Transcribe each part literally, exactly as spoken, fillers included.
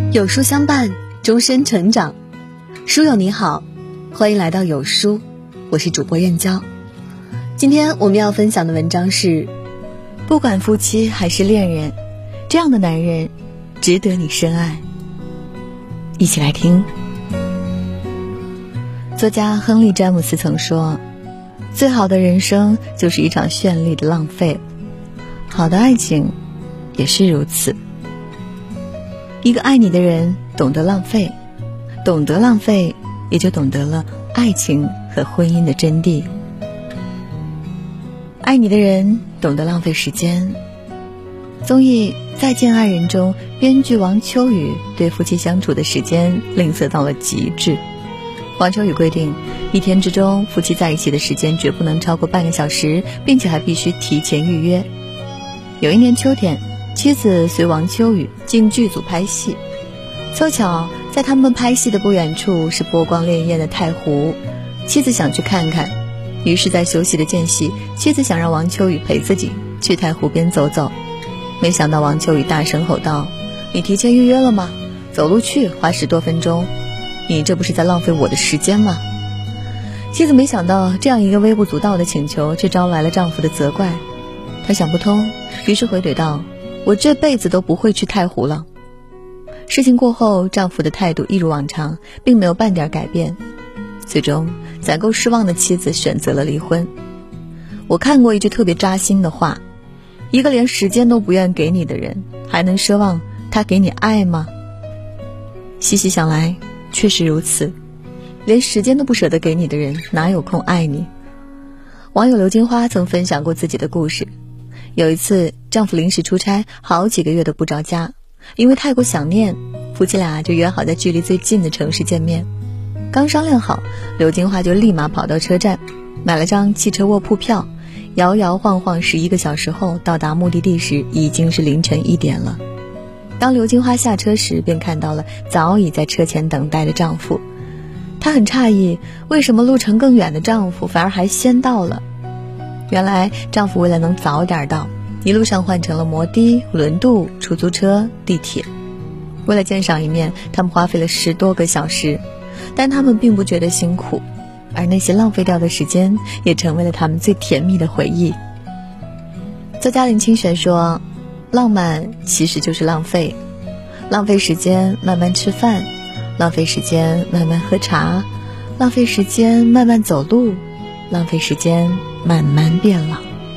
有书相伴，终身成长。书友你好，欢迎来到有书，我是主播燕娇。今天我们要分享的文章是：不管夫妻还是恋人，这样的男人值得你深爱。一起来听。作家亨利·詹姆斯曾说，最好的人生就是一场绚丽的浪费，好的爱情也是如此。一个爱你的人懂得浪费，懂得浪费，也就懂得了爱情和婚姻的真谛。爱你的人懂得浪费时间。综艺《再见爱人》中，编剧王秋雨对夫妻相处的时间吝啬到了极致。王秋雨规定，一天之中夫妻在一起的时间绝不能超过半个小时，并且还必须提前预约。有一年秋天，妻子随王秋雨进剧组拍戏，凑巧在他们拍戏的不远处是波光潋滟的太湖，妻子想去看看，于是在休息的间隙，妻子想让王秋雨陪自己去太湖边走走。没想到王秋雨大声吼道：你提前预约了吗？走路去花十多分钟，你这不是在浪费我的时间吗？妻子没想到这样一个微不足道的请求却招来了丈夫的责怪，她想不通，于是回怼道：我这辈子都不会去太湖了。事情过后，丈夫的态度一如往常，并没有半点改变。最终攒够失望的妻子选择了离婚。我看过一句特别扎心的话，一个连时间都不愿给你的人，还能奢望他给你爱吗？细细想来，确实如此，连时间都不舍得给你的人，哪有空爱你？网友刘金花曾分享过自己的故事。有一次，丈夫临时出差，好几个月都不着家，因为太过想念，夫妻俩就约好在距离最近的城市见面。刚商量好，刘金花就立马跑到车站，买了张汽车卧铺票，摇摇晃晃十一个小时后到达目的地时，已经是凌晨一点了。当刘金花下车时，便看到了早已在车前等待的丈夫。她很诧异，为什么路程更远的丈夫反而还先到了？原来丈夫为了能早点到，一路上换成了摩的、轮渡、出租车、地铁。为了见上一面，他们花费了十多个小时，但他们并不觉得辛苦，而那些浪费掉的时间也成为了他们最甜蜜的回忆。作家林清玄说，浪漫其实就是浪费，浪费时间慢慢吃饭，浪费时间慢慢喝茶，浪费时间慢慢走路，浪费时间慢慢变老。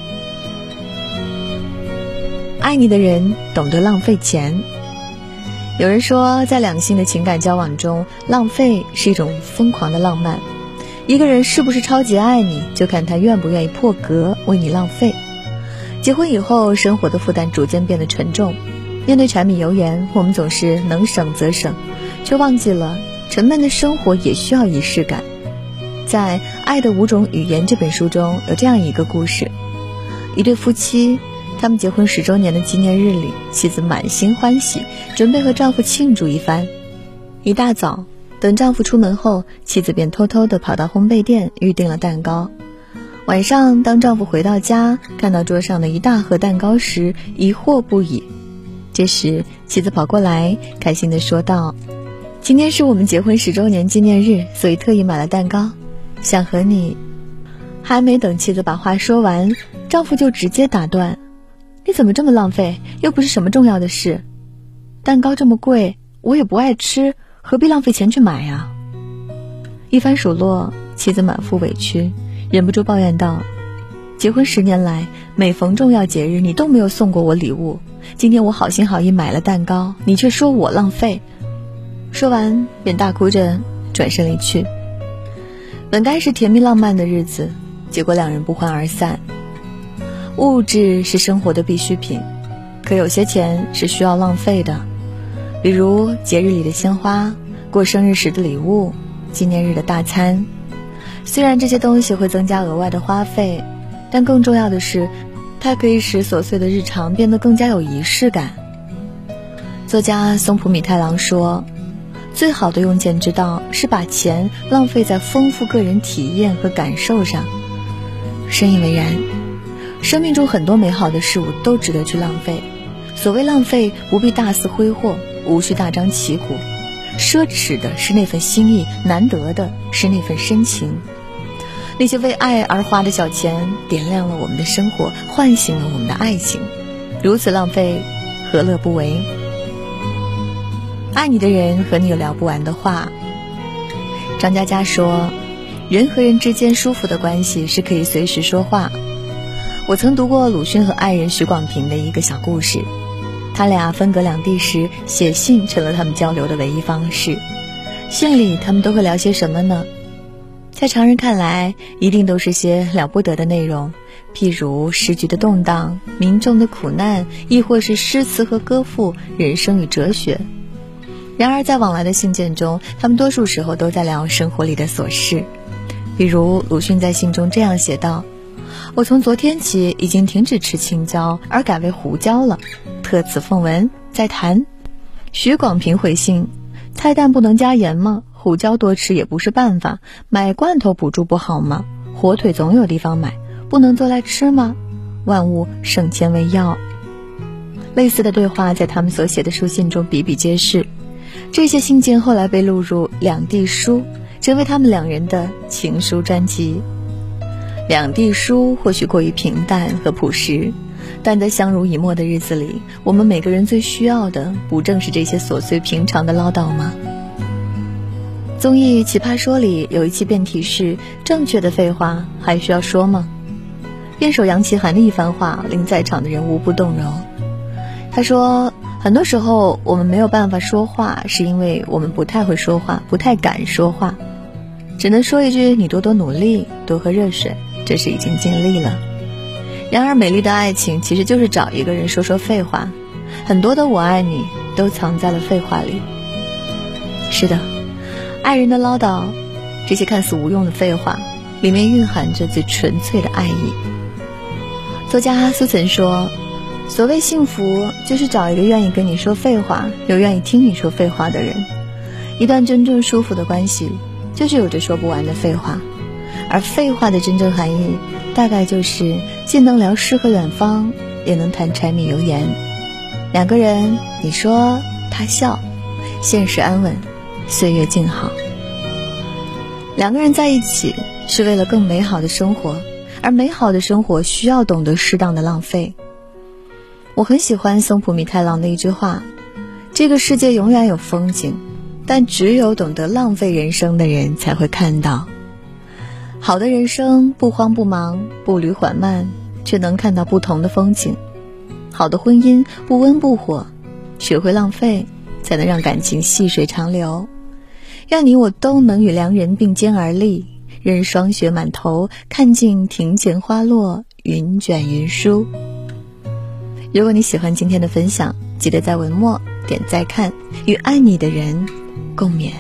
爱你的人懂得浪费钱。有人说，在两性的情感交往中，浪费是一种疯狂的浪漫。一个人是不是超级爱你，就看他愿不愿意破格为你浪费。结婚以后，生活的负担逐渐变得沉重，面对柴米油盐，我们总是能省则省，却忘记了沉闷的生活也需要仪式感。在《爱的五种语言》这本书中，有这样一个故事。一对夫妻，他们结婚十周年的纪念日里，妻子满心欢喜，准备和丈夫庆祝一番。一大早，等丈夫出门后，妻子便偷偷地跑到烘焙店预订了蛋糕。晚上，当丈夫回到家，看到桌上的一大盒蛋糕时，疑惑不已。这时，妻子跑过来，开心地说道：今天是我们结婚十周年纪念日，所以特意买了蛋糕，想和你……还没等妻子把话说完，丈夫就直接打断：你怎么这么浪费？又不是什么重要的事。蛋糕这么贵，我也不爱吃，何必浪费钱去买呀？一番数落，妻子满腹委屈，忍不住抱怨道：结婚十年来，每逢重要节日你都没有送过我礼物，今天我好心好意买了蛋糕，你却说我浪费。说完便大哭着转身离去。本该是甜蜜浪漫的日子，结果两人不欢而散。物质是生活的必需品，可有些钱是需要浪费的，比如节日里的鲜花，过生日时的礼物，纪念日的大餐。虽然这些东西会增加额外的花费，但更重要的是，它可以使琐碎的日常变得更加有仪式感。作家松浦弥太郎说，最好的用钱之道是把钱浪费在丰富个人体验和感受上。深以为然，生命中很多美好的事物都值得去浪费。所谓浪费，不必大肆挥霍， 无需大张旗鼓，奢侈的是那份心意，难得的是那份深情。那些为爱而花的小钱，点亮了我们的生活，唤醒了我们的爱情。如此浪费，何乐不为？爱你的人和你有聊不完的话。张嘉佳说，人和人之间舒服的关系是可以随时说话。我曾读过鲁迅和爱人许广平的一个小故事，他俩分隔两地时，写信成了他们交流的唯一方式。信里他们都会聊些什么呢？在常人看来，一定都是些了不得的内容，譬如时局的动荡、民众的苦难，亦或是诗词和歌赋、人生与哲学。然而在往来的信件中，他们多数时候都在聊生活里的琐事。比如鲁迅在信中这样写道，我从昨天起已经停止吃青椒，而改为胡椒了，特此奉闻，再谈。许广平回信，菜蛋不能加盐吗？胡椒多吃也不是办法，买罐头补助不好吗？火腿总有地方买，不能做来吃吗？万物省钱为要。类似的对话在他们所写的书信中比比皆是。这些信件后来被录入《两地书》，成为他们两人的情书专辑。两地书或许过于平淡和朴实，但在相濡以沫的日子里，我们每个人最需要的不正是这些琐碎平常的唠叨吗？综艺《奇葩说》里有一期辩题是，正确的废话还需要说吗？辩手杨奇涵的一番话令在场的人无不动容。他说，很多时候我们没有办法说话，是因为我们不太会说话，不太敢说话，只能说一句你多多努力，多喝热水，这是已经尽力了。然而美丽的爱情其实就是找一个人说说废话，很多的我爱你都藏在了废话里。是的，爱人的唠叨，这些看似无用的废话，里面蕴含着最纯粹的爱意。作家苏岑说，所谓幸福，就是找一个愿意跟你说废话，又愿意听你说废话的人。一段真正舒服的关系，就是有着说不完的废话。而废话的真正含义，大概就是既能聊诗和远方，也能谈柴米油盐。两个人，你说他笑，现实安稳，岁月静好。两个人在一起是为了更美好的生活，而美好的生活需要懂得适当的浪费。我很喜欢松浦弥太郎的一句话，这个世界永远有风景，但只有懂得浪费人生的人才会看到。好的人生不慌不忙，步履缓慢，却能看到不同的风景。好的婚姻不温不火，学会浪费，才能让感情细水长流。愿你我都能与良人并肩而立，任霜雪满头，看尽庭前花落，云卷云舒。如果你喜欢今天的分享，记得在文末点再看，与爱你的人共勉。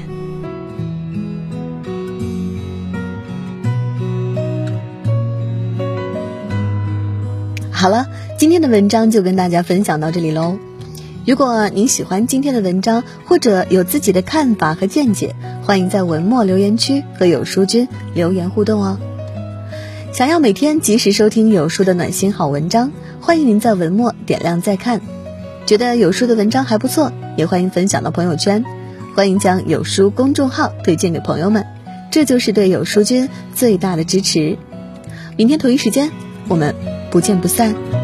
好了，今天的文章就跟大家分享到这里喽。如果您喜欢今天的文章，或者有自己的看法和见解，欢迎在文末留言区和有书君留言互动哦。想要每天及时收听有书的暖心好文章，欢迎您在文末点亮再看。觉得有书的文章还不错，也欢迎分享到朋友圈，欢迎将有书公众号推荐给朋友们，这就是对有书君最大的支持。明天同一时间，我们不见不散。